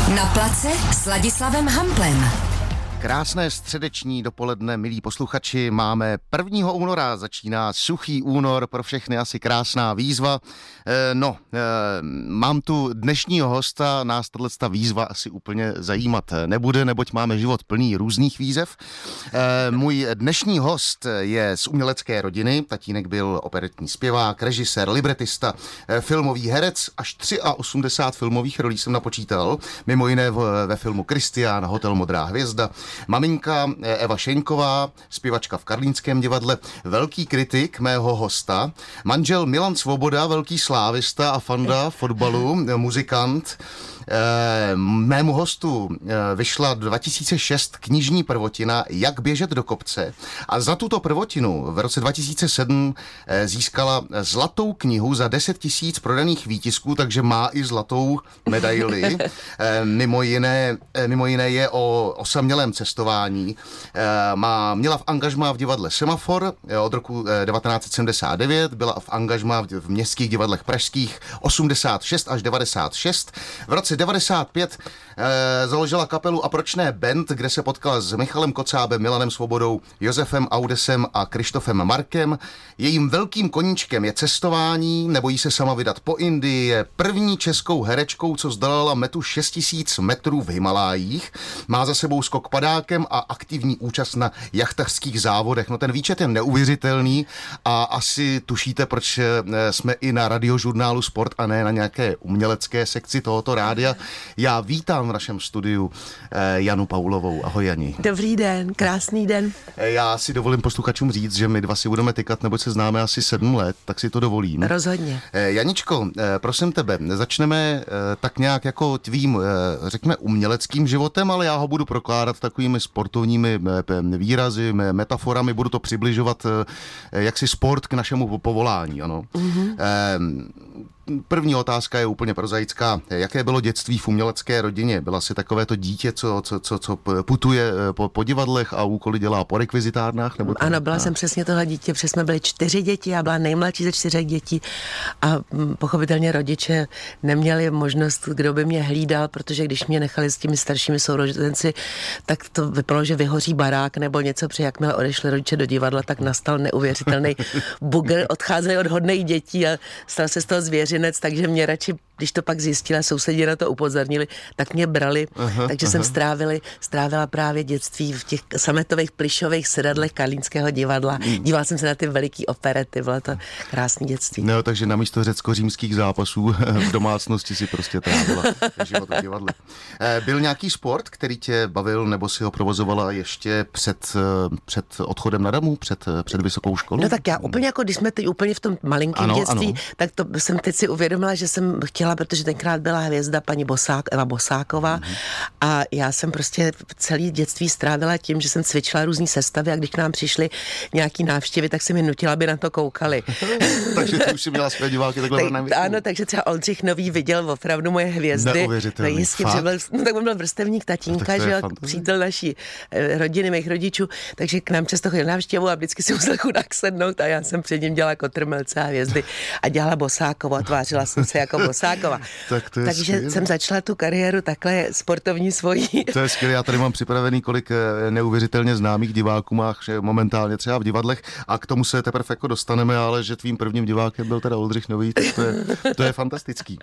Na place s Ladislavem Hamplem. Krásné středeční dopoledne, milí posluchači, máme 1. února, začíná suchý únor, pro všechny asi krásná výzva. Mám tu dnešního hosta, nás tato výzva asi úplně zajímat nebude, neboť máme život plný různých výzev. Můj dnešní host je z umělecké rodiny, tatínek byl operetní zpěvák, režisér, libretista, filmový herec, až 83 filmových rolí jsem napočítal, mimo jiné ve filmu Kristián, Hotel Modrá hvězda. Maminka Eva Šeňková, zpěvačka v Karlínském divadle, velký kritik mého hosta, manžel Milan Svoboda, velký slávista a fanda fotbalu, muzikant. Mému hostu vyšla 2006 knižní prvotina Jak běžet do kopce a za tuto prvotinu v roce 2007 získala zlatou knihu za 10 000 prodaných výtisků, takže má i zlatou medaili. Mimo jiné je o osamělém cestování. Měla v angažmá v divadle Semafor od roku 1979, byla v angažmá v městských divadlech pražských 86 až 96. V roce 95 založila kapelu A proč ne band, kde se potkala s Michalem Kocábem, Milanem Svobodou, Josefem Audesem a Krištofem Markem. Jejím velkým koníčkem je cestování, nebojí se sama vydat po Indii, je první českou herečkou, co zdolala metu 6000 metrů v Himalájích. Má za sebou skok padákem a aktivní účast na jachtařských závodech. No ten výčet je neuvěřitelný a asi tušíte, proč jsme i na radiožurnálu Sport a ne na nějaké umělecké sekci tohoto rádia. Já vítám v našem studiu Janu Paulovou. Ahoj, Jani. Dobrý den, krásný den. Já si dovolím posluchačům říct, že my dva si budeme tykat, neboť se známe asi 7 let, tak si to dovolím. Rozhodně. Janičko, prosím tebe, začneme tak nějak jako tvým, řekněme, uměleckým životem, ale já ho budu prokládat takovými sportovními výrazy, metaforami, budu to přibližovat jaksi sport k našemu povolání, ano. Mm-hmm. První otázka je úplně prozaická. Jaké bylo dětství v umělecké rodině? Byla jsi takové to dítě, co putuje po divadlech a úkoly dělá po rekvizitárnách? Nebo ano, byla jsem přesně tohle dítě, protože jsme byli 4 děti, já byla nejmladší ze 4 dětí a pochopitelně rodiče neměli možnost, kdo by mě hlídal, protože když mě nechali s těmi staršími sourozenci, tak to vypadalo, že vyhoří barák nebo něco, protože jakmile odešli rodiče do divadla, tak nastal neuvěřitelný bugr, odcházeli od hodných dětí a stal se z toho zvěřinec, takže mě radši, když to pak zjistila, sousedí na to upozornili, tak mě brali, takže jsem strávila právě dětství v těch sametových plyšových sedadlech Karlínského divadla. Dívala jsem se na ty veliký operety, bylo to krásné dětství. No, takže namísto řecko-římských zápasů v domácnosti si prostě trávila život v divadle. Byl nějaký sport, který tě bavil, nebo si ho provozovala ještě před odchodem na damu, před vysokou školou? No tak já úplně jako, když jsme teď úplně v tom malinkém dětství, tak to jsem teď si uvědomila, že jsem chtěla, protože tenkrát byla hvězda paní Eva Bosáková a já jsem prostě celý dětství strávila tím, že jsem cvičila různý sestavy a když k nám přišli nějaký návštěvy, tak jsem je nutila, aby na to koukali. Takže ty už si měla své diváky takhle na věku. Ano, takže třeba Oldřich Nový viděl opravdu moje hvězdy. Neuvěřitelný. No jistě, tak on byl vrstevník tatínka, že přítel naší rodiny, mých rodičů, takže k nám často chodil návštěvu a vždycky si musel chudák sednout a já jsem před ním dělala kotrmelce a hvězdy a dělala Bosákovou a tvářila jsem se jako Bosáková. Takže skvělé. Jsem začala tu kariéru takhle sportovní svojí. To je skvělé, já tady mám připravený, kolik neuvěřitelně známých diváků máš momentálně třeba v divadlech a k tomu se teprve jako dostaneme, ale že tvým prvním divákem byl teda Oldřich Nový, tak to je fantastický.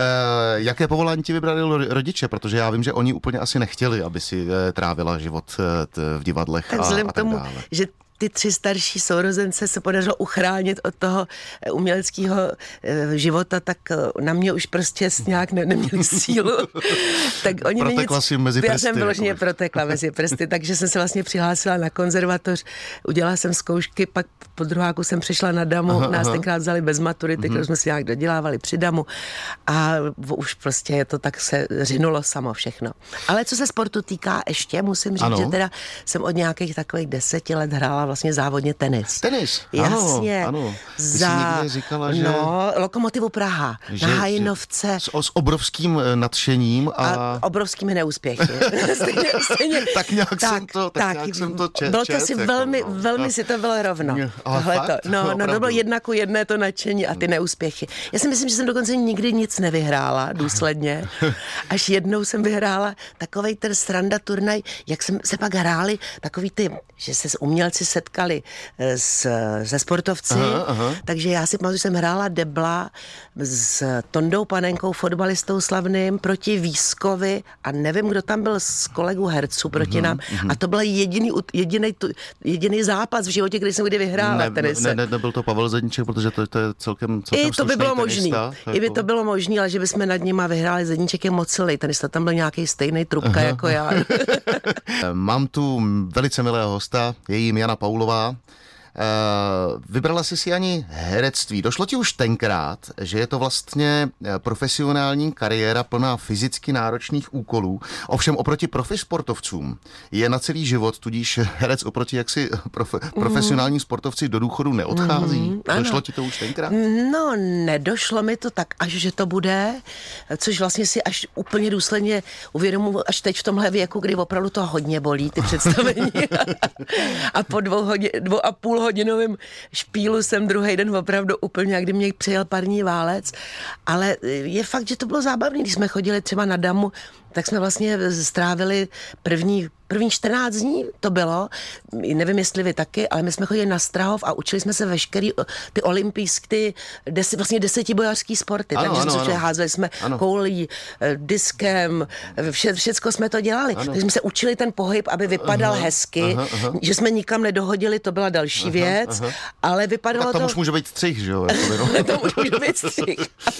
Jaké povolání ti vybrali rodiče? Protože já vím, že oni úplně asi nechtěli, aby si trávila život v divadlech tak vzhledem k tomu, že ty 3 starší sourozence se podařilo uchránit od toho uměleckého života, tak na mě už prostě nějak neměli sílu. Tak oni protekla si mezi prsty. Já jsem vyloženě protekla mezi prsty, takže jsem se vlastně přihlásila na konzervatoř, udělala jsem zkoušky, pak po druháku jsem přešla na damu, nás tenkrát vzali bez maturity, kterou jsme si nějak dodělávali při damu a už prostě to tak se řinulo samo všechno. Ale co se sportu týká ještě, musím říct, že teda jsem od nějakých takových 10 let hrála vlastně závodně tenis. Tenis? Jasně. Ano. Ty jsi někde říkala, že... No, Lokomotivu Praha, na Hajnovce. S obrovským nadšením a obrovskými neúspěchy. stejně, tak nějak jsem to četl. Bylo to asi velmi si to bylo rovno. To bylo 1:1 to nadšení a ty neúspěchy. Já si myslím, že jsem dokonce nikdy nic nevyhrála důsledně. Až jednou jsem vyhrála takovej ten sranda turnaj, jak jsem se pak hráli, takový ty, že se umělci setkali se sportovci, takže já si pamatuju, že jsem hrála debla s Tondou Panenkou, fotbalistou slavným, proti Výskovi a nevím, kdo tam byl z kolegů herců proti nám a to byl jediný zápas v životě, který jsem kdy vyhrála. Nebyl to Pavel Zedníček, protože to je celkem I to by bylo možný. Tenista, I by to bylo možný, ale že bychom nad nima vyhráli. Zedníček je moc silný tenista, tam byl nějaký stejný trubka jako já. Mám tu velice milého hosta, je jím Jana Paulová. Vybrala jsi si ani herectví. Došlo ti už tenkrát, že je to vlastně profesionální kariéra plná fyzicky náročných úkolů. Ovšem oproti profisportovcům je na celý život, tudíž herec oproti jaksi profesionální sportovci do důchodu neodchází. Došlo ti to už tenkrát? No, nedošlo mi to tak, až že to bude, což vlastně si až úplně důsledně uvědomuji až teď v tomhle věku, kdy opravdu to hodně bolí, ty představení. A po 2,5 hodinovým špílu jsem druhý den opravdu úplně, kdy mě přijel parní válec, ale je fakt, že to bylo zábavné, když jsme chodili třeba na Damu, tak jsme vlastně strávili první 14 dní to bylo, nevím, jestli vy taky, ale my jsme chodili na Strahov a učili jsme se veškerý ty olympijské, vlastně 10bojařský sporty, takže házeli jsme koulí, diskem, všecko jsme to dělali. Takže jsme se učili ten pohyb, aby vypadal hezky, že jsme nikam nedohodili, to byla další věc, ale vypadalo to... Tak tam už může být střih, že jo? To už může být střih.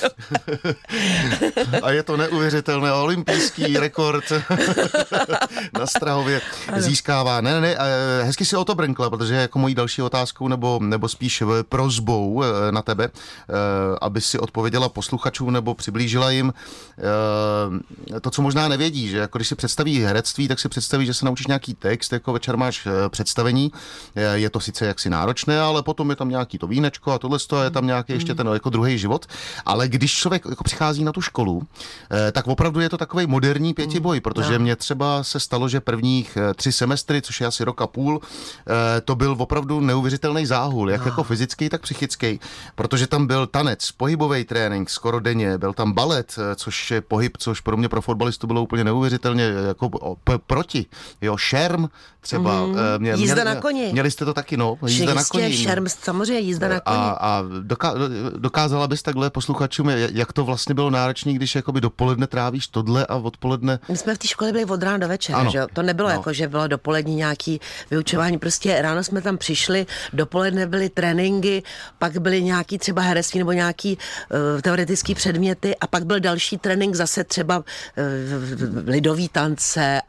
A je to neuvěřitelné, olympijský rekord na Strahově získává. Ne, hezky si o to brnkla, protože jako mojí další otázkou nebo spíš prosbou na tebe, aby si odpověděla posluchačům nebo přiblížila jim to, co možná nevědí, že jako když si představí herectví, tak si představí, že se naučíš nějaký text, jako večer máš představení, je to sice jaksi náročné, ale potom je tam nějaký to vínečko a tohle je tam nějaký ještě ten jako druhý život, ale když člověk jako přichází na tu školu, tak opravdu je to takovej moderní pětiboj, protože mně třeba se stalo, že prvních 3 semestry, což je asi rok a půl, to byl opravdu neuvěřitelný záhul, jak jako fyzický, tak psychický, protože tam byl tanec, pohybový trénink skoro denně, byl tam balet, což je pohyb, což pro mě pro fotbalistu bylo úplně neuvěřitelně jako proti. Jo, šerm třeba. Jízda na koni. Měli jste to taky, jízda na koni. Šerm, samozřejmě jízda na koni. A dokázala bys takhle posluchačům, jak to vlastně bylo náročné, když jakoby dopoledne trávíš tohle a odpoledne... My jsme v té škole byli od rána do večera, že? To nebylo jako, že bylo dopolední nějaký vyučování, prostě ráno jsme tam přišli, dopoledne byly tréninky, pak byly nějaký třeba herectví nebo nějaký teoretický předměty a pak byl další trénink zase třeba lidový tance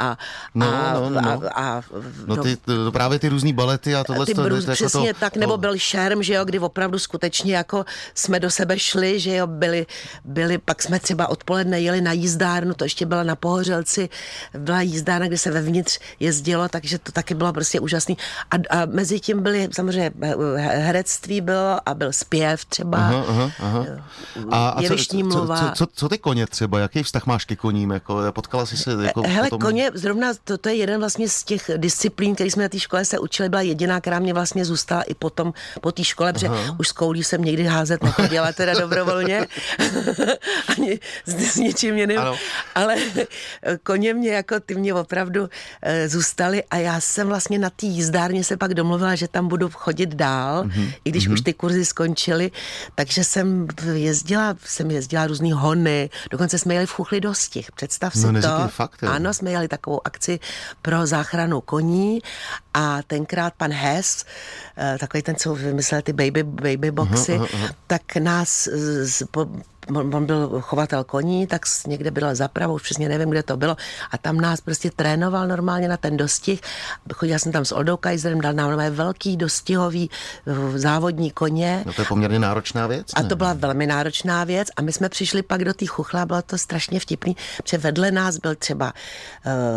právě ty různý balety a tohle. Přesně jako tak, nebo byl šerm, že jo, kdy opravdu skutečně jako jsme do sebe šli, že jo, byli, pak jsme třeba odpoledne jeli na jízdárnu, to ještě byla na Pohořelci, byla jízdárna, kde se vevnitř jezdilo, takže to taky bylo prostě úžasný. A mezi tím byly samozřejmě herectví bylo a byl zpěv třeba. A co ty koně třeba? Jaký vztah máš ke koním? Jako, potkala jsi se jako hele, potom... koně, zrovna to je jeden vlastně z těch disciplín, který jsme na té škole se učili, byla jediná, která mě vlastně zůstala i potom po té škole, protože už s koulí jsem někdy házet nechodila teda dobrovolně. Ani s ničím jiným. Ale koně mě jako ty mě opravdu zůstaly a já jsem vlastně na té jízdárně se pak domluvila, že tam budu chodit dál, i když už ty kurzy skončily, takže jsem jezdila různý hony, dokonce jsme jeli v Chuchli do Stih, představ si to. Fakt, ano, jsme jeli takovou akci pro záchranu koní a tenkrát pan Hess, takový ten, co vymyslel ty baby boxy, tak nás on byl chovatel koní, tak někde byla zaprava, už přesně nevím, kde to bylo, a tam nás prostě trénoval normálně na ten dostih. Chodila jsem tam s Oldou Kaiserem, dal nám velký dostihový závodní koně. No to je poměrně náročná věc. A to byla velmi náročná věc a my jsme přišli pak do té Chuchle a bylo to strašně vtipný, protože vedle nás byl třeba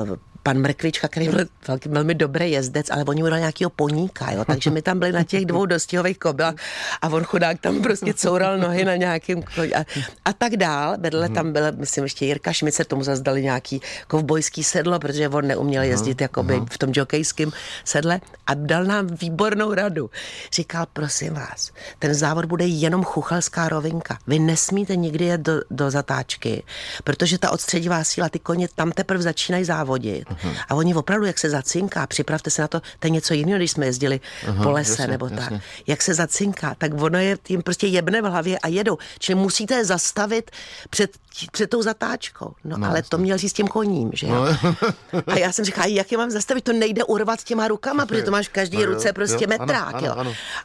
pan Mrkvička, který byl velmi dobrý jezdec, ale oni měli nějakýho poníka, jo, takže my tam byli na těch 2 dostihových kobylách a on chudák tam prostě coural nohy na nějakým a tak dál. Vedle tam byl, myslím, ještě Jirka Šmicer, tomu zase dali nějaký kovbojský sedlo, protože on neuměl jezdit jakoby v tom jokejském sedle a dal nám výbornou radu. Říkal, prosím vás, ten závod bude jenom chuchelská rovinka. Vy nesmíte nikdy jet do zatáčky, protože ta odstředivá síla, ty koně tam teprve začínají závodit. A oni opravdu, jak se zacinká, připravte se na to, to je něco jiného, když jsme jezdili po lese jasně, nebo jasně. tak. Jak se zacinká, tak ono je tím prostě jebne v hlavě a jedou. Čili musíte je zastavit před tou zatáčkou. No ale to měl říct s tím koním, že jo? A já jsem říkala, jak je mám zastavit, to nejde urvat těma rukama, protože to máš v každý ruce prostě metrák, jo.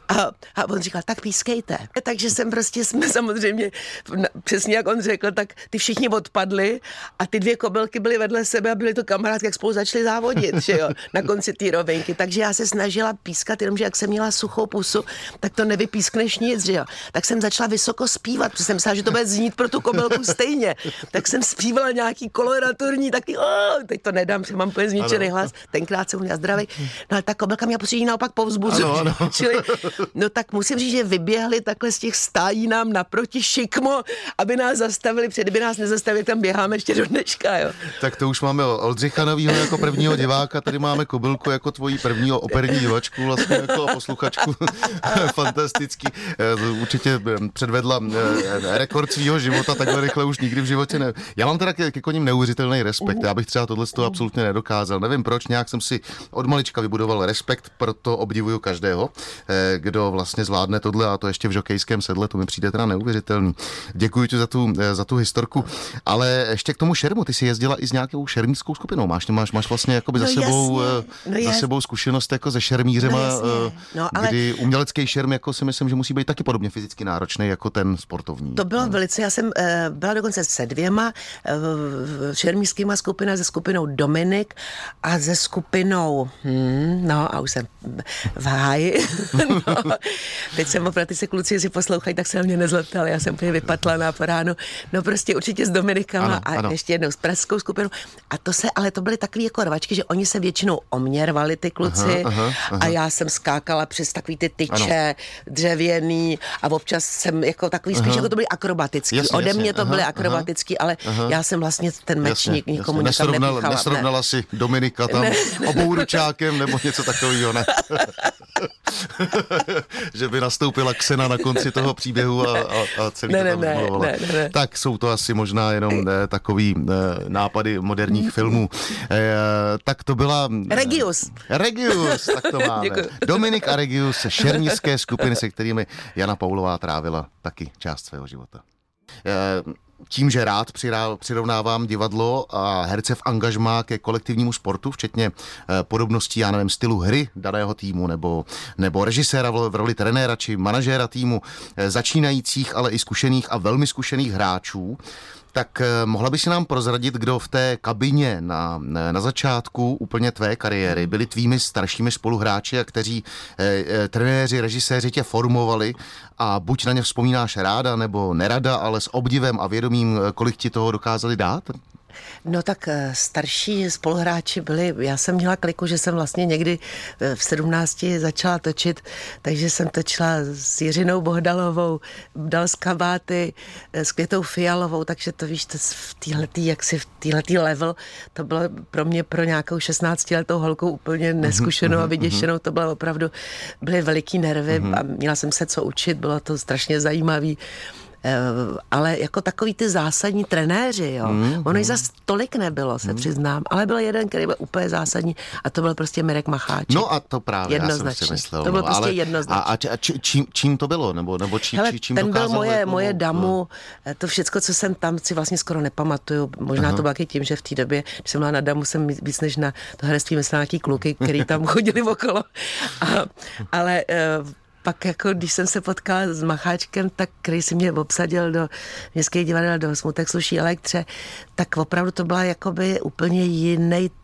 A on říkal, tak pískejte. Takže jsme samozřejmě, přesně jak on řekl, tak ty všichni odpadli a ty 2 kobylky byly vedle sebe a byly to kamarádky, jak spolu začali závodit, že jo, na konci té rovinky. Takže já se snažila pískat, jenomže jak jsem měla suchou pusu, tak to nevypískneš nic, že jo. Tak jsem začala vysoko zpívat, protože jsem myslela, že to bude znít pro tu kobylku stejně. Tak jsem zpívala nějaký koloraturní, taky, teď to nedám, že mám úplně zničený hlas. Tenkrát jsem měla zdravý. No ale ta kobylka mě potřebuje naopak povzbuzovat. Čili, no tak musím říct, že vyběhli takhle z těch stájí nám naproti šikmo, aby nás zastavili, kdyby nás nezastavili, tam běháme ještě do dneška, jo. Tak to už máme Oldřicha Novýho jako prvního diváka, tady máme Kobylku jako tvojí prvního operní divačku, vlastně jako posluchačku. Fantastický. Určitě předvedla rekord svýho života, takhle rychle už nikdy v životě ne. Já mám teda ke koním neuvěřitelný respekt. Já bych třeba tohle z toho absolutně nedokázal. Nevím proč, nějak jsem si od malička vybudoval respekt, proto obdivuju každého, kdo vlastně zvládne tohle a to ještě v žokejském sedle, to mi přijde teda neuvěřitelný. Děkuji ti za tu historku, ale ještě k tomu šermu, ty jsi jezdila i s nějakou šermířskou skupinou. Máš vlastně jakoby za sebou zkušenost jako se šermířema, kdy umělecký šerm jako si myslím, že musí být taky podobně fyzicky náročný jako ten sportovní. To bylo velice, já jsem byla dokonce se 2 šermířskýma skupina, se skupinou Dominik a se skupinou, a už jsem v háji. Teď jsem opravdu, ty se kluci, jestli poslouchají, tak se na mě nezlobte, ale já jsem úplně vypatlaná po ránu. No prostě určitě s Dominikama a ještě jednou s pražskou skupinou. A ale to byly takový jako rvačky, že oni se většinou oměrvali ty kluci a já jsem skákala přes takový ty tyče dřevěný a občas jsem jako takový spíš jako to byly akrobatický. Ode mě to byly akrobatický, ale já jsem vlastně ten mečník nikomu nikam nepíchala. Nesrovnala si Dominika tam obouručákem nebo něco takového, ne? Že by nastoupila Ksena na konci toho příběhu a celý to tam vybudovala. Ne. Tak jsou to asi možná jenom takový nápady moderních filmů. Tak to byla... Regius, tak to máme. Dominik a Regius, šermířské skupiny, se kterými Jana Paulová trávila taky část svého života. Tím, že rád přirovnávám divadlo a herce v angažmá ke kolektivnímu sportu, včetně podobností, já nevím, stylu hry daného týmu, nebo režiséra v roli trenéra či manažéra týmu, začínajících, ale i zkušených a velmi zkušených hráčů, tak mohla by si nám prozradit, kdo v té kabině na začátku úplně tvé kariéry byli tvými staršími spoluhráči a kteří trenéři, režiséři tě formovali a buď na ně vzpomínáš ráda nebo nerada, ale s obdivem a vědomím, kolik ti toho dokázali dát? No tak starší spoluhráči byli, já jsem měla kliku, že jsem vlastně někdy v 17 začala točit, takže jsem točila s Jiřinou Bohdalovou, Dal z Kabáty, s Květou Fialovou, takže to víš, to v téhletý level, to bylo pro mě, pro nějakou 16letou holku úplně neskušenou a vyděšenou, to bylo opravdu, byly veliký nervy a měla jsem se co učit, bylo to strašně zajímavý. Ale jako takový ty zásadní trenéři, jo. Ono jich zas tolik nebylo, se přiznám, ale byl jeden, který byl úplně zásadní a to byl prostě Mirek Macháček. No a to právě, já jsem si myslel. To bylo prostě jednoznačně. A čím to bylo? Nebo čím ten byl moje damu, to všecko, co jsem tam, si vlastně skoro nepamatuju. Možná to bylo taky tím, že v té době, když jsem byla na damu, jsem víc než na to herectví myslela nějaký kluky, který tam chodili okolo. Ale pak jako, když jsem se potkala s Macháčkem, tak který si mě obsadil do Městských divadel, do Smutek sluší Elektře, tak opravdu to byla jakoby úplně jiný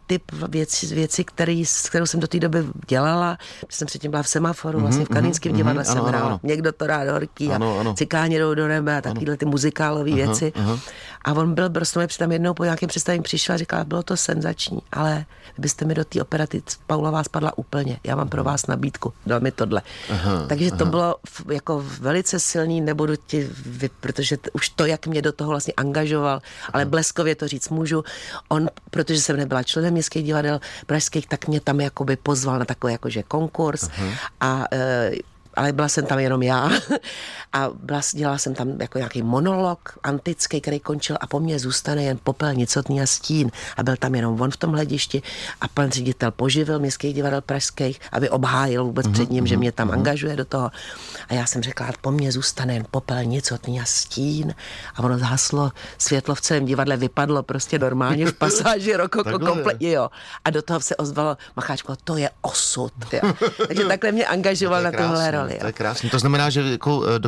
typ věci, kterou jsem do té doby dělala. Jsem předtím byla v Semaforu, vlastně v Kanínském divadle jsem hrála. Někdo to rád horký a Cikáni jdou do nebe a takovýhle ty muzikálové věci. A on byl prostě tam jednou po nějakém představení přišel a říkal, bylo to senzační, ale vy byste mi do té operety Paulová spadla úplně. Já mám pro vás nabídku. Dal mi tohle. Takže to bylo jako velice silný, nebudu protože už to, jak mě do toho vlastně angažoval, ale bleskově to říct můžu. On, protože jsem nebyla členem městských divadel pražských, tak mě tam jakoby pozval na takový jakože konkurs ale byla jsem tam jenom já a dělala jsem tam jako nějaký monolog antický, který končil a po mně zůstane jen popel, nicotný a stín a byl tam jenom on v tom hledišti a pan ředitel poživil městských divadel pražských, aby obhájil vůbec před ním, že mě tam angažuje do toho a já jsem řekla, po mně zůstane jen popel, nicotný a stín a ono zhaslo, světlo v celém divadle vypadlo prostě normálně v pasáži rokoko kompletně, jo. A do toho se ozvalo Macháčko, to je osud, jo. Takže takhle mě angažoval na tuhle roli. To je krásný. To znamená, že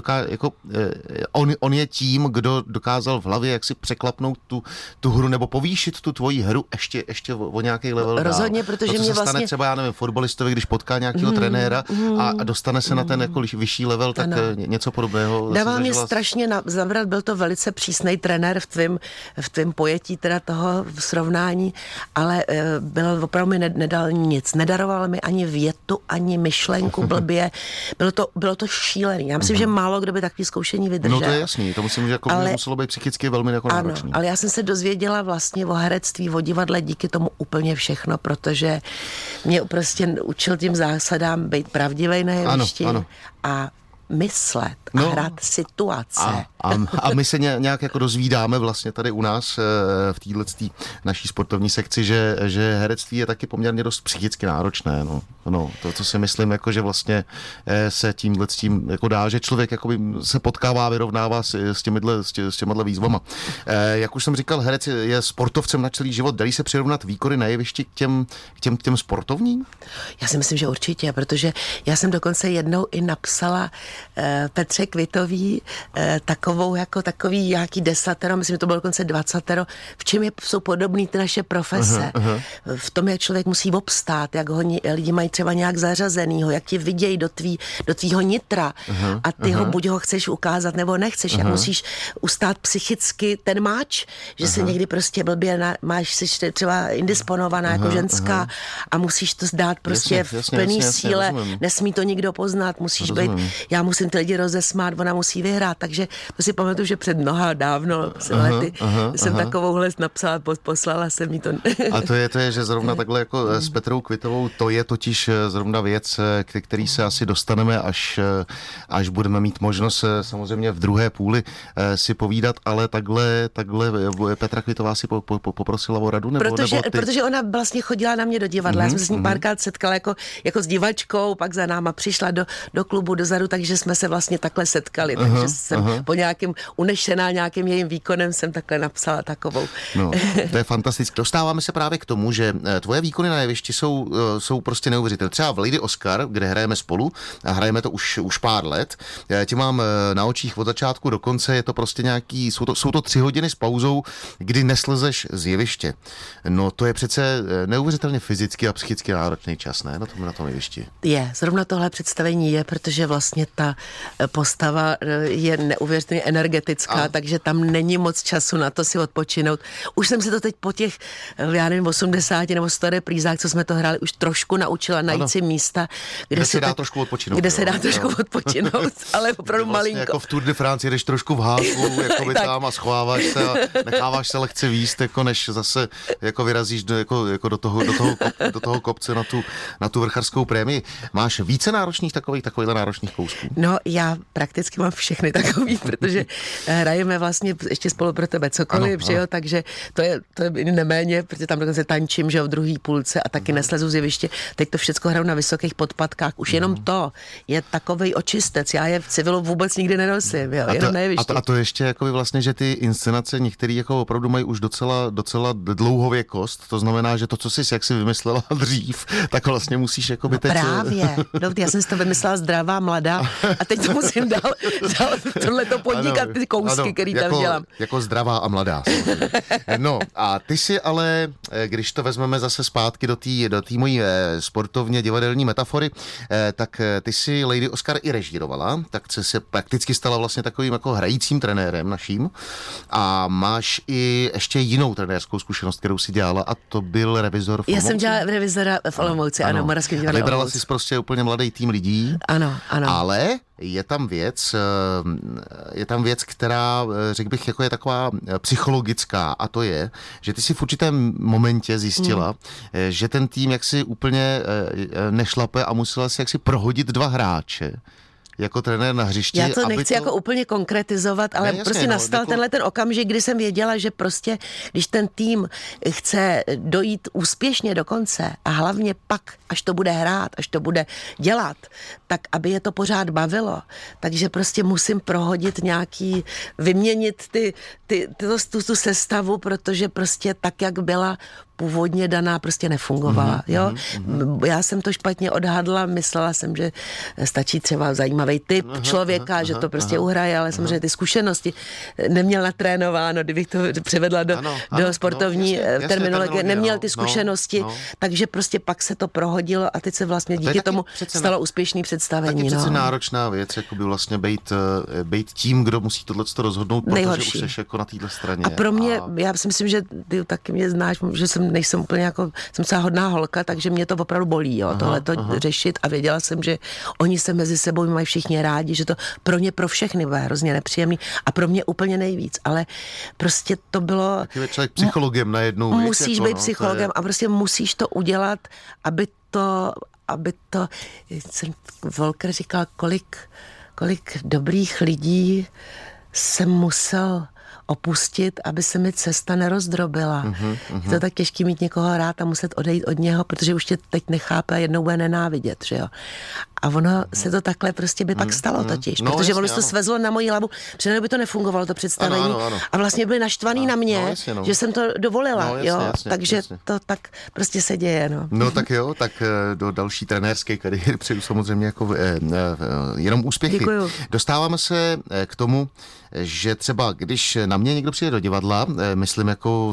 on je tím, kdo dokázal v hlavě jak si překlapnout tu hru nebo povýšit tu tvoji hru ještě o nějaký level dál. Rozhodně, protože mě vlastně stane třeba, já nevím, fotbalistovi, když potká nějakého trenéra a dostane se na ten jako vyšší level, tak něco podobného. Dával mě strašně zabrat, byl to velice přísnej trenér v tvém pojetí teda toho srovnání, ale opravdu mi nedal nic. Nedaroval mi ani větu, ani myšlenku blbě. Bylo to šílený. Já myslím, že málo kdo by takový zkoušení vydržel. No to je jasný, to muselo být psychicky velmi jako náročný. Ale já jsem se dozvěděla vlastně o herectví, o divadle díky tomu úplně všechno, protože mě prostě učil tím zásadám být pravdivej na jevišti a myslet a hrát situace. A my se nějak jako dozvídáme vlastně tady u nás v této naší sportovní sekci, že herectví je taky poměrně dost psychicky náročné. To, co si myslím, jako, že vlastně se tímhle jako dá, že člověk jakoby se potkává, vyrovnává s těmihle výzvama. Jak už jsem říkal, herec je sportovcem na celý život. Dají se přirovnat výkony na jevišti k těm sportovním? Já si myslím, že určitě, protože já jsem dokonce jednou i napsala Petře Kvitový takový nějaký 10, myslím, že to bylo dokonce 20, v čem jsou podobný ty naše profese. V tom, jak člověk musí obstát, jak ho lidi mají třeba nějak zařazenýho, jak ti vidějí do tvýho nitra a ty ho buď ho chceš ukázat, nebo nechceš, jak musíš ustát psychicky ten máč, že se někdy prostě blbě jsi třeba indisponovaná jako ženská a musíš to zdát prostě v plný síle, nesmí to nikdo poznat, musíš být, já musím ty lidi rozesmát, ona musí vyhrát, takže to si pamatuju, že před dávno lety jsem takovouhle napsala, poslala jsem mi to. A to je, že zrovna takhle jako s Petrou Kvitovou, to je totiž zrovna věc, který se asi dostaneme, až budeme mít možnost samozřejmě v druhé půli si povídat, ale takhle Petra Kvitová si poprosila o radu? Protože ona vlastně chodila na mě do divadla, já jsem se s ní párkrát setkala jako s divačkou, pak za náma přišla do klubu dozadu, takže jsme se vlastně takhle setkali, takže jsem po nějakým unešená nějakým jejím výkonem jsem takhle napsala takovou. No, to je fantastické. Dostáváme se právě k tomu, že tvoje výkony na jevišti jsou prostě neuvěřitelné. Třeba v Lady Oscar, kde hrajeme spolu a hrajeme to už pár let. Já tě mám na očích od začátku do konce, je to prostě jsou to 3 hodiny s pauzou, kdy neslezeš z jeviště. No to je přece neuvěřitelně fyzicky a psychicky náročný čas, ne? Na tom jevišti. Zrovna tohle představení je, protože vlastně ta postava je neuvěřitelně energetická, takže tam není moc času na to si odpočinout. Už jsem si to teď po těch, já nevím, 80 nebo 100 reprízách, co jsme to hráli, už trošku naučila najít si místa, kde se dá trošku odpočinout, ale opravdu vlastně malinko. Jako v Tour de France jedeš trošku v háku, jako tam a schováváš se a necháváš se lehce výst, jako než zase jako vyrazíš do toho kopce na tu vrchařskou prémii. Máš více náročných takovýchhle náročných kousků? No, já prakticky mám všechny takový, protože hrajeme vlastně ještě spolu pro tebe cokoliv, že jo, takže to je neméně, protože tam dokonce tančím, že jo, v druhý půlce a taky neslezu z jeviště. Teď to všechno hraju na vysokých podpatkách. Už jenom to je takovej očistec. Já je v civilu vůbec nikdy nenosím, jo, jenom na jevišti. A to ještě jako vlastně, že ty inscenace některé jako opravdu mají už docela dlouhověkost. To znamená, že to, co jsi jak si vymyslela dřív, tak vlastně musíš jako by teď... Právě. Já jsem si to vymyslela zdravá, mladá a teď to musím dál tohleto podnikat, ty kousky, který tam dělám. Jako zdravá a mladá. No a ty si ale když to vezmeme zase zpátky do té mojí sportovně divadelní metafory, tak ty si Lady Oscar i režírovala, tak se prakticky stala vlastně takovým jako hrajícím trenérem naším a máš i ještě jinou trenérskou zkušenost, kterou si dělala a to byl Revizor v Olomouci. Já jsem dělala Revizora v Olomouci, ano, Moravském divadle. A vybrala jsi prostě úplně mladý tým lidí. Ano. Ale je tam věc, která, řekl bych, jako je taková psychologická a to je, že ty si v určitém momentě zjistila, že ten tým jaksi úplně nešlape a musela si jaksi prohodit 2 hráče jako trenér na hřišti. Já to nechci jako úplně konkretizovat, ale prostě nastal tenhle ten okamžik, kdy jsem věděla, že prostě, když ten tým chce dojít úspěšně do konce a hlavně pak, až to bude hrát, až to bude dělat, tak aby je to pořád bavilo, takže prostě musím prohodit vyměnit tu sestavu, protože prostě tak, jak byla původně daná, prostě nefungovala. Jo? Já jsem to špatně odhadla, myslela jsem, že stačí třeba zajímavý typ člověka, že to prostě uhraje, ale samozřejmě ty zkušenosti neměl natrénováno, kdybych to převedla do sportovní terminologie, neměl ty zkušenosti, takže prostě pak se to prohodilo a teď se vlastně díky tomu stalo úspěšný představení. Tak je přece náročná věc, jako by vlastně být tím, kdo musí tohleto rozhodnout, protože už jsi jako na téhle straně. A pro mě, já si myslím, že ty taky mě znáš, že nejsem úplně jako, jsem celá hodná holka, takže mě to opravdu bolí, jo, tohleto řešit a věděla jsem, že oni se mezi sebou mají všichni rádi, že to pro ně, pro všechny bude hrozně nepříjemný a pro mě úplně nejvíc, ale prostě to bylo... Taky člověk psychologem najednou. Musíš být psychologem a prostě musíš to udělat, aby to Volker říkal, kolik dobrých lidí jsem musel opustit, aby se mi cesta nerozdrobila. Je to tak těžký mít někoho rád a muset odejít od něho, protože už tě teď nechápe a jednou bude nenávidět, že jo. A ono se to takhle prostě by pak stalo totiž, protože ono to svezlo na moji hlavu, protože by to nefungovalo, to představení. Ano. A vlastně byli naštvaný na mě, že jsem to dovolila, takže to tak prostě se děje, no. No tak jo, tak do další trenérské kariéry přeju samozřejmě jako jenom úspěchy. Děkuju. Dostáváme se k tomu, že třeba když na mě někdo přijde do divadla, myslím jako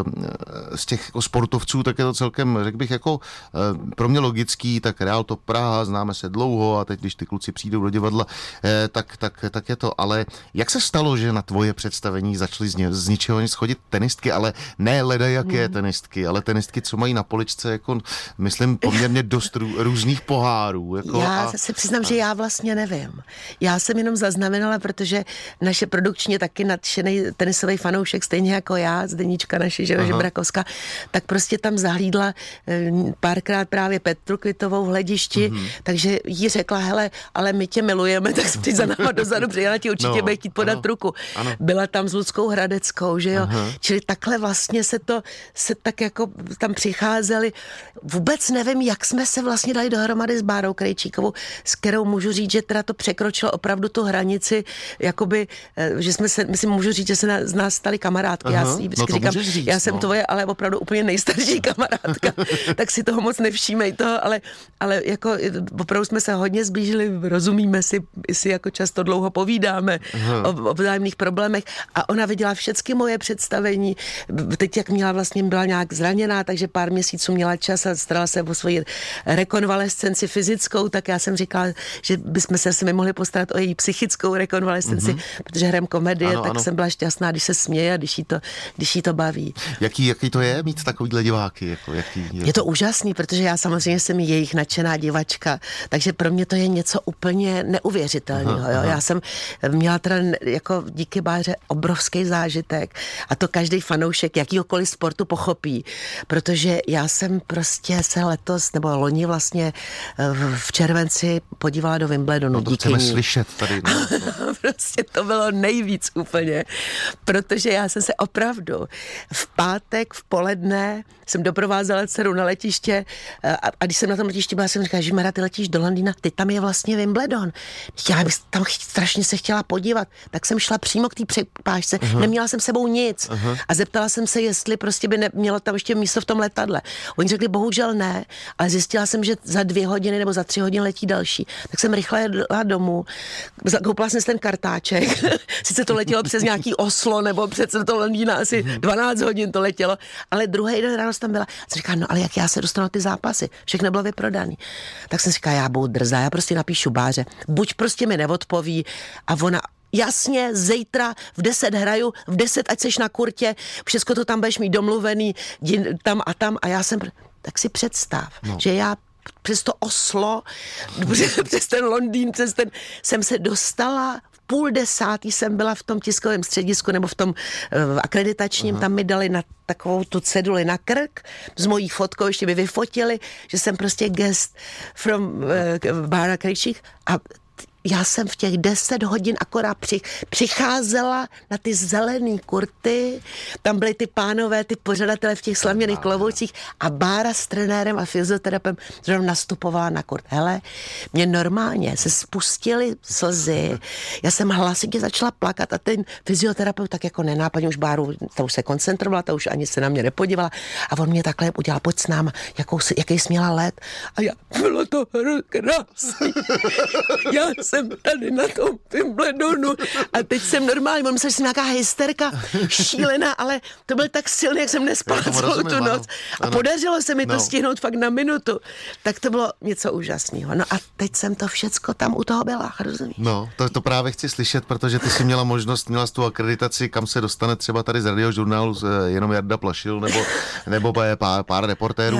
z těch jako sportovců, tak je to celkem, řekl bych, jako pro mě logický, tak Real to Praha, známe se dlouho a teď, když ty kluci přijdou do divadla, tak je to. Ale jak se stalo, že na tvoje představení začaly z ničeho nic chodit tenistky, ale ne ledajaké tenistky, ale tenistky, co mají na poličce, jako myslím, poměrně dost různých pohárů. Jako já se přiznám, že já vlastně nevím. Já jsem jenom zaznamenala, protože naše produkčně taky nadšený tenisový fanoušek, stejně jako já, Zdeníčka naše, Žebrakovská, tak prostě tam zahlídla párkrát právě Petru Kvitovou v hledišti, takže jí řekla, hele, ale my tě milujeme, tak si za náma dozadu přijela ti určitě bude chtít podat ruku. Ano. Byla tam s Ludskou Hradeckou, že jo. Čili takhle vlastně se tak jako tam přicházeli. Vůbec nevím, jak jsme se vlastně dali dohromady s Bárou Krejčíkovou, s kterou můžu říct, že teda to překročilo opravdu tu hranici, jakoby, že jsme se, myslím, můžu říct, že se z nás stali kamarádky. Já si říkám, já jsem tvoje, ale opravdu úplně nejstarší kamarádka, tak si toho moc nevšímej toho, ale jako opravdu jsme se hodně zblížili, rozumíme si jako často dlouho povídáme o vzájemných problémech a ona viděla všechny moje představení. Teď, jak byla nějak zraněná, takže pár měsíců měla čas a starala se o svoji rekonvalescenci fyzickou, tak já jsem říkala, že bychom se asi mohli postarat o její psychickou rekonvalescenci, protože hrám komedie, tak jsem byla šťastná, když se směje a když jí to baví. Jaký to je mít takovýhle diváky? Jako, je to úžasný, protože já samozřejmě jsem jejich nadšená divačka, takže pro mě to je něco úplně neuvěřitelného. Já jsem měla teda jako díky Báře obrovský zážitek a to každý fanoušek jakýhokoliv sportu pochopí, protože já jsem prostě se letos, nebo loni vlastně v červenci podívala do Wimbledonu. To chceme slyšet tady. Prostě to bylo nejvíc úplně, protože já jsem se opravdu v pátek v poledne jsem doprovázela dceru na letiště a když jsem na tom letišti byla, jsem říkala, že Mara, ty letíš do Londýna, Londýna, ty tam je vlastně Wimbledon. Já bych tam strašně se chtěla podívat, tak jsem šla přímo k té přepážce, neměla jsem sebou nic a zeptala jsem se, jestli prostě by nemělo tam ještě místo v tom letadle. Oni řekli, bohužel ne, ale zjistila jsem, že za 2 hodiny nebo za 3 hodiny letí další. Tak jsem rychle jela domů, koupila jsem si ten kartáček, sice to letělo přes nějaký Oslo nebo přes to Londýna, asi 12 hodin to letělo, ale druhý den ráno tam byla. A jsem říkala, no ale jak já se dostanu na ty zápasy? Všechno bylo vyprodaný. Tak jsem říkala, já budu drzá, já prostě napíšu Báře, buď prostě mi neodpoví a ona jasně, zítra v 10 hraju, v 10 ať seš na kurtě, všechno to tam budeš mít domluvený, tam a já jsem, tak si představ, že já přes to Oslo, přes ten Londýn, jsem se dostala, v 9:30 jsem byla v tom tiskovém středisku nebo v tom akreditačním, tam mi dali na takovou tu ceduli na krk s mojí fotkou, ještě by vyfotili, že jsem prostě guest from Bára Krejčík a já jsem v těch 10 hodin akorát přicházela na ty zelený kurty, tam byly ty pánové, ty pořadatelé v těch slaměných klovoucích a Bára s trenérem a fyzioterapeutem zrovna nastupovala na kurt. Hele, mě normálně se spustily slzy, já jsem hlasitě začala plakat a ten fyzioterapeut tak jako nenápadně už Báru, ta už se koncentrovala, ta už ani se na mě nepodívala a on mě takhle udělal, pojď s náma, jaký jsi měla let a já, bylo to krásný. Já jsem tady na tom Wimbledonu a teď jsem normální, mám myslet, že jsem nějaká hysterka šílená, ale to byl tak silný, jak jsem nespala celou tu noc. A podařilo se mi to stihnout fakt na minutu. Tak to bylo něco úžasného. No a teď jsem to všecko tam u toho byla, rozumíš? No, to právě chci slyšet, protože ty jsi měla možnost, měla tu akreditaci, kam se dostane třeba tady z radiožurnálu jenom Jarda Plašil nebo pár reportérů,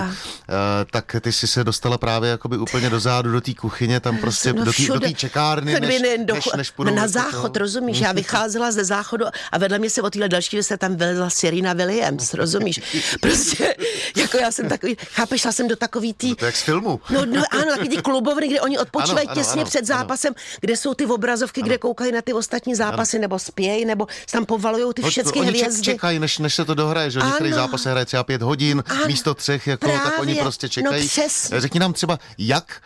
tak ty jsi se dostala právě jakoby úplně dozadu do té kuchyně, tam prostě do té čekárny, než půjdou na záchod, rozumíš? Já vycházela ze záchodu a vedle mě se o téhle další se tam vylezla Serena Williams, rozumíš? Prostě, jako já jsem takový, chápeš, já jsem do takový tý... No to jak z filmu. No ano, takový ty klubovny, kde oni odpočívají těsně před zápasem, kde jsou ty obrazovky, kde koukají na ty ostatní zápasy, nebo spějí, nebo tam povalujou ty všechny hvězdy. Oni čekají, než se to dohraje, že některý zápas se hraje třeba 5 hodin, místo 3, jako, tak oni prostě čekají. No, řekni nám třeba, jak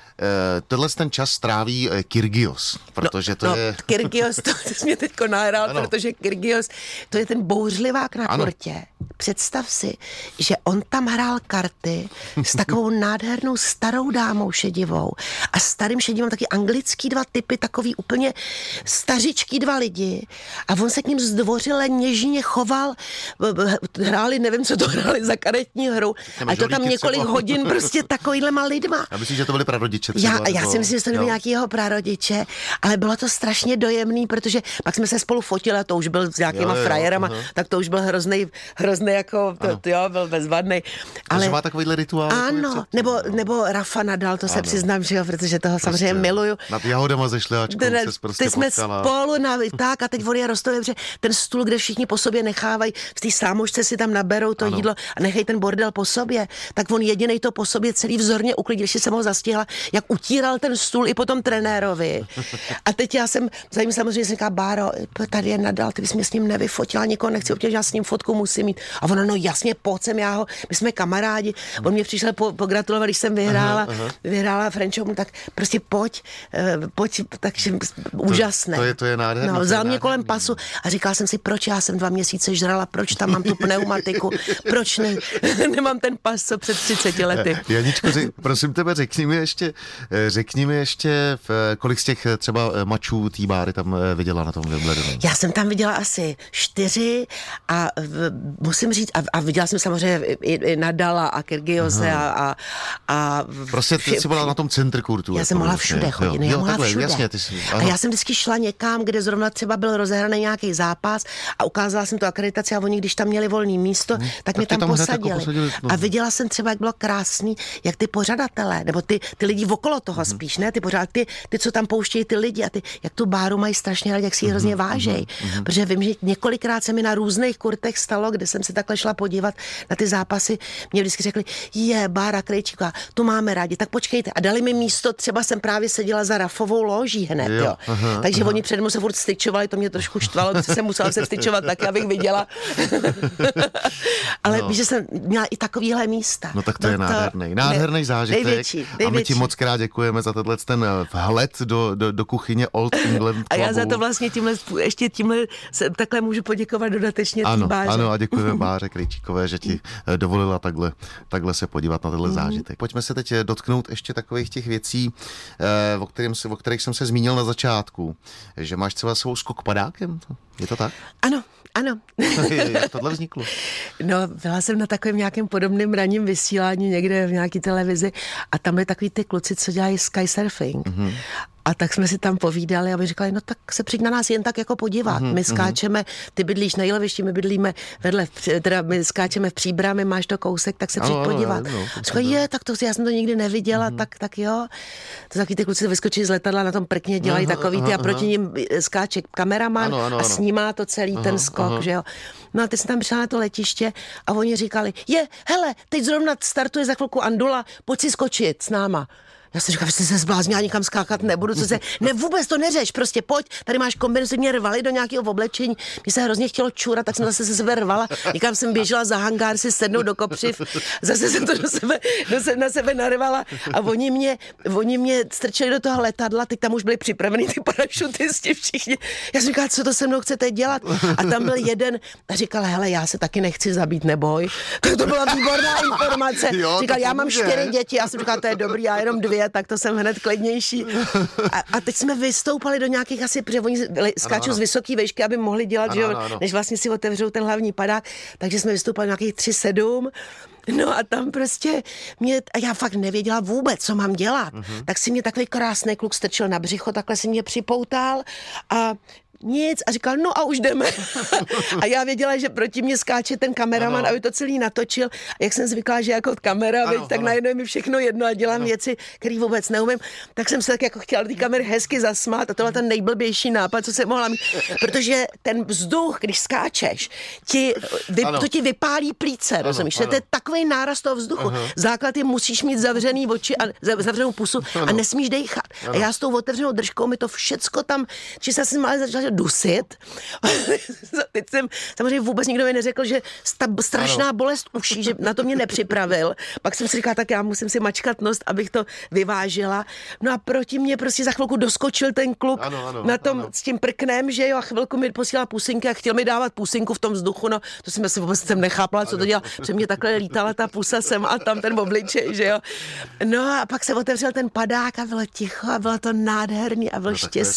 ten čas tráví Kyrgios, protože to je... Kyrgios, to jsi mě teďko nahrál, protože Kyrgios, to je ten bouřlivák na kurtě. Představ si, že on tam hrál karty s takovou nádhernou starou dámou šedivou a starým šedivým taky anglický 2 typy, takový úplně stařičký 2 lidi a on se k ním zdvořile něžně choval, hráli, nevím, co to hráli za karetní hru, a to tam několik hodin prostě takovýhlema lidma. Já myslím, že to byli prarodiče. Já si myslím, že to nebyl nějaký jeho prarodiče, ale bylo to strašně dojemný, protože pak jsme se spolu fotili a to už byl s nějakýma frajerama, tak to už byl hrozný jako, byl bezvadnej. Ale má takovýhle rituál. Ano, nebo Rafa Nadal, to se přiznám, že jo, protože toho samozřejmě miluju. Nad jahodama ze šlehačkou se prostě ty jsme spolu tak a teď on je rostově, protože ten stůl, kde všichni po sobě nechávají, v té sámošce si tam naberou to jídlo a nechají ten bordel po sobě, tak on jedinej to po sobě celý vzorně uklidil, že jsem ho zastihla, jak utíral ten stůl i potom trenérovi. A teď já jsem samozřejmě říká, Báro, tady je Nadal, ty bys mě s ním nevyfotila, nikoho nechci obtěžit, já s ním fotku musím mít. A ono, no jasně, pojď sem, my jsme kamarádi. On mě přišel pogratulovat, když jsem vyhrála French Open, tak prostě pojď, takže úžasné. To je nádherné. No, vzal mě kolem pasu a říkala jsem si, proč já jsem 2 měsíce žrala, proč tam mám tu pneumatiku, proč nemám ten pas, co před 30 lety. Janičko, prosím tebe, řekni mi ještě, kolik z těch třeba mačů té Báry tam viděla na tom Wimbledonu? Já jsem tam viděla asi 4 a musím říct, a viděla jsem samozřejmě i Nadala a Kyrgiose a prostě ty jsi byla na tom centru kurtu. Já jsem mohla všude chodit, já mohla všude. Jasně, a já jsem vždycky šla někam, kde zrovna třeba byl rozehraný nějaký zápas a ukázala jsem tu akreditaci a oni, když tam měli volné místo, tak mě tam posadili. A viděla jsem třeba, jak bylo krásný, jak ty pořadatelé, nebo ty lidi okolo toho spíš, ne? Ty, co tam pouštějí ty lidi a jak tu Báru mají strašně rádi, jak si ji hrozně vážejí. Protože vím, že několikrát se mi na různých kurtech stalo, kde jsem jsem se takhle šla podívat na ty zápasy, mě vždycky řekli, Bára Krejčíková, tu máme rádi, tak počkejte. A dali mi místo, třeba jsem právě seděla za Rafovou loží hned, jo. Takže oni přede mnou se furt styčovali, to mě trošku štvalo, protože jsem musela se styčovat taky, abych viděla. Ale víš, že jsem měla i takovýhle místa. No tak to je nádherný zážitek. Největší. A my ti moc krát děkujeme za ten vhled do kuchyně Old England Clubu. A já za to vlastně tímhle takhle můžu poděkovat dodatečně té Báře. Ano, a děkujeme Báře Krejčíkové, že ti dovolila takhle se podívat na tenhle zážitek. Pojďme se teď dotknout ještě takových těch věcí, o kterých jsem se zmínil na začátku. Že máš třeba svou skok padákem? Je to tak? Ano. Jak tohle vzniklo? No, byla jsem na takovém nějakém podobném ranním vysílání někde v nějaké televizi a tam byly takový ty kluci, co dělají skysurfing. A tak jsme si tam povídali a my říkali, no tak se přijď na nás jen tak jako podívat. My skáčeme, ty bydlíš na Jilovišti, my bydlíme vedle, teda my skáčeme v Příbrami, máš to kousek, tak se přijď podívat. Říkali, tak to já jsem to nikdy neviděla, tak jo. To taky ty kluci vyskočí z letadla, na tom prkně dělají takový ty a proti ním skáče kameraman a snímá to celý ten skok, že jo. No a teď jsem tam přišla na to letiště a oni říkali, hele, teď zrovna startuje za chvilku Andula, pojď si skočit s náma. Já jsem říkala, vy jste se zbláznila, já nikam skákat nebudu, ne, vůbec to neřeš, prostě pojď, tady máš kombinaci, mě rvali do nějakého oblečení, mě se hrozně chtělo čůrat, tak jsem zase se sebe rvala, někam jsem běžela za hangár si sednout do kopřiv, zase jsem to na sebe narvala a oni mě strčili do toho letadla, teď tam už byli připraveni ty parašutisti všichni. Já jsem říkala, co to se mnou chcete dělat? A tam byl jeden a říkal, hele, já se taky nechci zabít, neboj. To byla výborná informace. Říkal, já mám 4 děti, já jsem říkala, to je dobrý, já jenom 2. Tak to jsem hned klidnější. A teď jsme vystoupali do nějakých asi, protože oni skáčou z vysoké výšky, aby mohli dělat, že než vlastně si otevřou ten hlavní padák. Takže jsme vystoupali do nějakých 3,7. No a tam prostě a já fakt nevěděla vůbec, co mám dělat. Tak si mě takový krásný kluk strčil na břicho, takhle si mě připoutal a nic a říkal, no a už jdeme. A já věděla, že proti mě skáče ten kameraman, aby to celý natočil. A jak jsem zvyklá, že jako kamera, tak najednou je mi všechno jedno a dělám věci, které vůbec neumím, tak jsem se tak jako chtěla do té kamery hezky zasmát a to byl ten nejblbější nápad, co jsem mohla mít. Protože ten vzduch, když skáčeš, to ti vypálí plíce, rozumíš? To je takový náraz toho vzduchu. Základ je, musíš mít zavřený oči a zavřenou pusu a nesmíš dejchat. A já s tou otevřenou držkou mi to všecko tam, že jsem si malé začala dusit. Teď jsem, samozřejmě vůbec nikdo mi neřekl, že ta strašná bolest uší, že na to mě nepřipravil. Pak jsem si říkala, tak já musím si mačkat nos, abych to vyvážila. No a proti mě prostě za chvilku doskočil ten kluk na tom s tím prknem, že jo, a chvilku mi posílala pusinky a chtěl mi dávat pusinku v tom vzduchu, no to jsem asi vůbec nechápala, co to dělá, protože mě takhle lítala ta pusa sem a tam ten obličej, že jo. No a pak se otevřel ten padák a bylo ticho a bylo to nádherný a bylo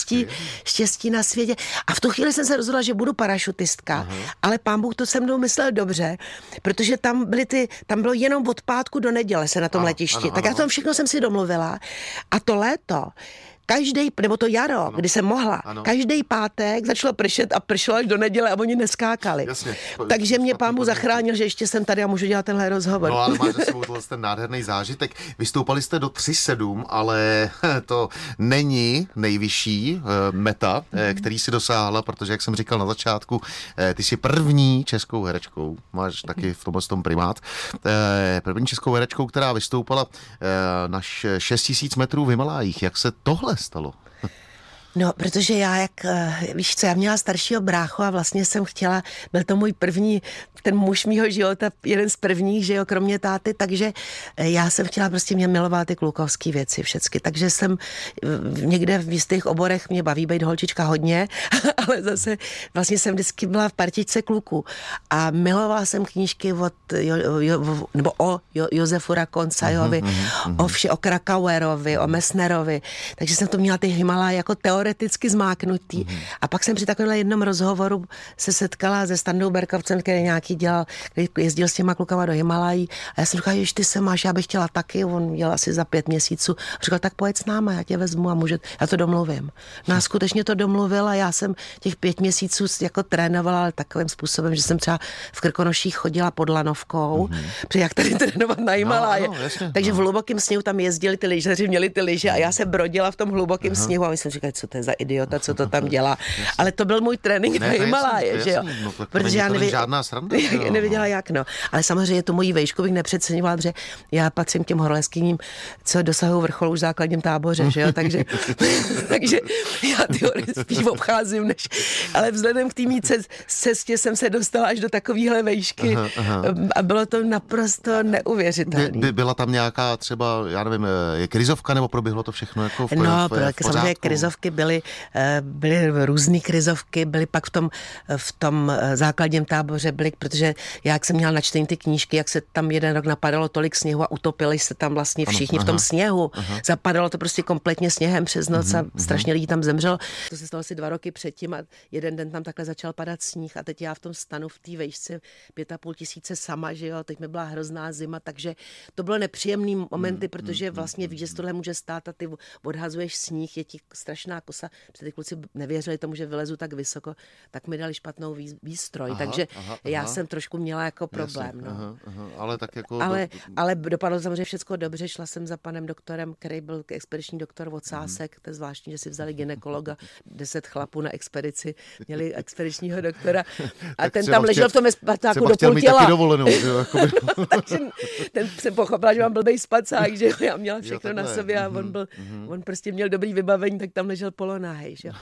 štěstí na světě. A v tu chvíli jsem se rozhodla, že budu parašutistka, ale pán Bůh to se mnou myslel dobře, protože tam bylo jenom od pátku do neděle se na tom letišti. Tak já to všechno jsem si domluvila a to léto, nebo to jaro, kdy jsem mohla, každý pátek začalo pršet a pršelo až do neděle a oni neskákali. Jasně. Takže mě pán Bůh zachránil, že ještě jsem tady a můžu dělat tenhle rozhovor. No ale máš za sebou ten nádherný zážitek. Vystoupali jste do 3,7, ale to není nejvyšší meta, který si dosáhla, protože, jak jsem říkal na začátku, ty jsi první českou herečkou, máš taky v tom primát, první českou herečkou, která vystoupala na 6,000 metrů v Himalájích. Jak se tohle stalo? No, protože víš co, já měla staršího bráchu a vlastně jsem chtěla, byl to můj první, ten muž mýho života, jeden z prvních, že jo, kromě táty, takže já jsem chtěla, prostě mě milovala ty klukovský věci všecky, takže jsem někde v jistých oborech, mě baví být holčička hodně, ale zase vlastně jsem vždycky byla v partičce kluků a milovala jsem knížky o Josefu Rakoncajovi, o Krakauerovi, o Messnerovi, takže jsem to měla ty Himaláje jako teoreticky zmáknutý. A pak jsem při takovém jednom rozhovoru se setkala se Standou Berkovcem, který nějaký dělal, který jezdil s těma klukama do Himalají. A já jsem říkala, že ty se máš, já bych chtěla taky. On jel asi za 5 měsíců. A říkal, tak pojď s náma, já tě vezmu a já to domluvím. No a skutečně to domluvil a já jsem těch 5 měsíců jako trénovala, ale takovým způsobem, že jsem třeba v Krkonoších chodila pod lanovkou, protože jak tady trénovat na Himaláje. Takže v hlubokém sněhu tam jezdili ty lyžaři, měli ty lyže a já se brodila v tom hlubokém sněhu a my jsme říkali, co to je za idiota, co to tam dělá. Ale to byl můj trénink na Himaláje, že jo. No, Protože já žádná sranda. Nevěděla jak, no. Ale samozřejmě tu moji vejšku bych nepřeceňovala, protože já patřím k těm horolezkyním, co dosahují vrcholu už v základním táboře, že jo, takže já ty hory spíš obcházím, než... Ale vzhledem k té mý cestě jsem se dostala až do takovéhle vejšky a bylo to naprosto neuvěřitelné. Byla tam nějaká třeba, já nevím, krizovka, nebo proběhlo to všechno jako v pořádku? Samozřejmě krizovky byly různý krizovky, byly pak v tom základním táboře, protože jak jsem měla načtený ty knížky, jak se tam jeden rok napadalo tolik sněhu a utopili se tam vlastně všichni v tom sněhu. Zapadalo to prostě kompletně sněhem přes noc a strašně lidí tam zemřelo. To se stalo asi 2 roky předtím a jeden den tam takhle začal padat sníh a teď já v tom stanu v té vejšce 5,5 tisíce sama, že jo, teď mi byla hrozná zima, takže to bylo nepříjemný momenty, protože vlastně víš, že z tohle může stát a ty odhazuješ sníh, je ti strašná kosa, protože ty kluci nevěřili tomu, že vylezu tak vysoko, tak mi dali špatnou výstroj, takže já jsem trošku měla jako problém. No. Ale tak jako... Ale dopadlo samozřejmě všechno dobře, šla jsem za panem doktorem, který byl expediční doktor Vocásek, to je zvláštní, že si vzali gynekologa, 10 chlapů na expedici, měli expedičního doktora a ten tam ležel v tom spacáku do půl těla. Takže ten jsem pochopila, že mám blbej spacák, že já měla všechno na sobě a on prostě měl dobrý vybavení, tak tam ležel polonáhej, že jo.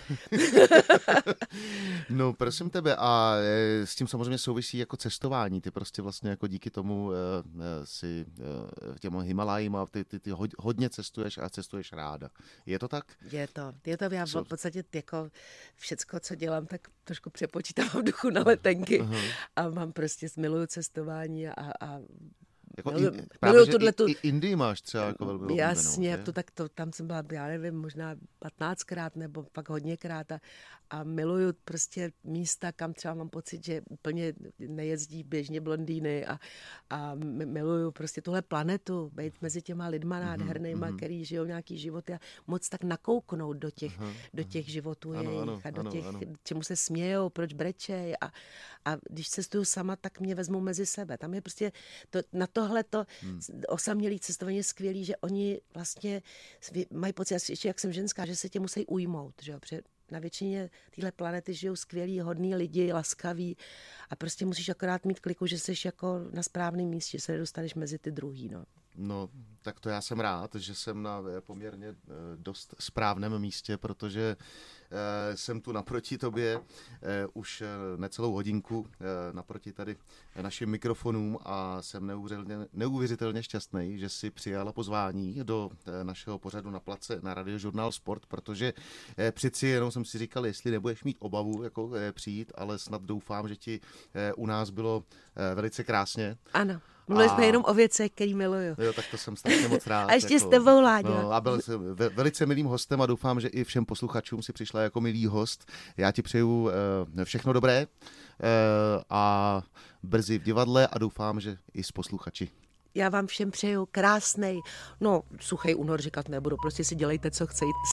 No, prosím tebe, a s tím samozřejmě souvisí jako cestování. Ty prostě vlastně jako díky tomu si těm Himalájím a ty hodně cestuješ a cestuješ ráda. Je to tak? Je to. Já v podstatě jako všecko, co dělám, tak trošku přepočítávám duchu na letenky a mám prostě miluju cestování a jako miluju i Indii máš třeba jako velmi oblíbenou. Jasně, tam jsem byla, já nevím, možná 15krát nebo pak hodněkrát a miluju prostě místa, kam třeba mám pocit, že úplně nejezdí běžně blondýny a miluju prostě tuhle planetu, být mezi těma lidma nádhernýma, který žijou nějaký život a moc tak nakouknout do těch životů jejich a do těch, čemu se smějou, proč brečej a když cestuju sama, tak mě vezmou mezi sebe. Tam je prostě na tohleto osamělý cestování je skvělý, že oni vlastně mají pocit, ještě jak jsem ženská, že se tě musí ujmout, že jo, protože na většině téhle planety žijou skvělí, hodní lidi, laskaví a prostě musíš akorát mít kliku, že jsi jako na správném místě, že se nedostaneš mezi ty druhý, no. No, tak to já jsem rád, že jsem na poměrně dost správném místě, protože jsem tu naproti tobě už necelou hodinku naproti tady našim mikrofonům a jsem neuvěřitelně šťastný, že si přijala pozvání do našeho pořadu na place na Radiožurnál Sport, protože přeci jenom jsem si říkal, jestli nebudeš mít obavu jako přijít, ale snad doufám, že ti u nás bylo velice krásně. Ano. Mluvili jsme jenom o věcech, který miluju. Jo, tak to jsem strašně moc rád. A ještě s tebou, Láďo. No, a byl jsem velice milým hostem a doufám, že i všem posluchačům si přišla jako milý host. Já ti přeju všechno dobré a brzy v divadle a doufám, že i s posluchači. Já vám všem přeju krásnej, suchý únor říkat nebudu, prostě si dělejte, co chcete.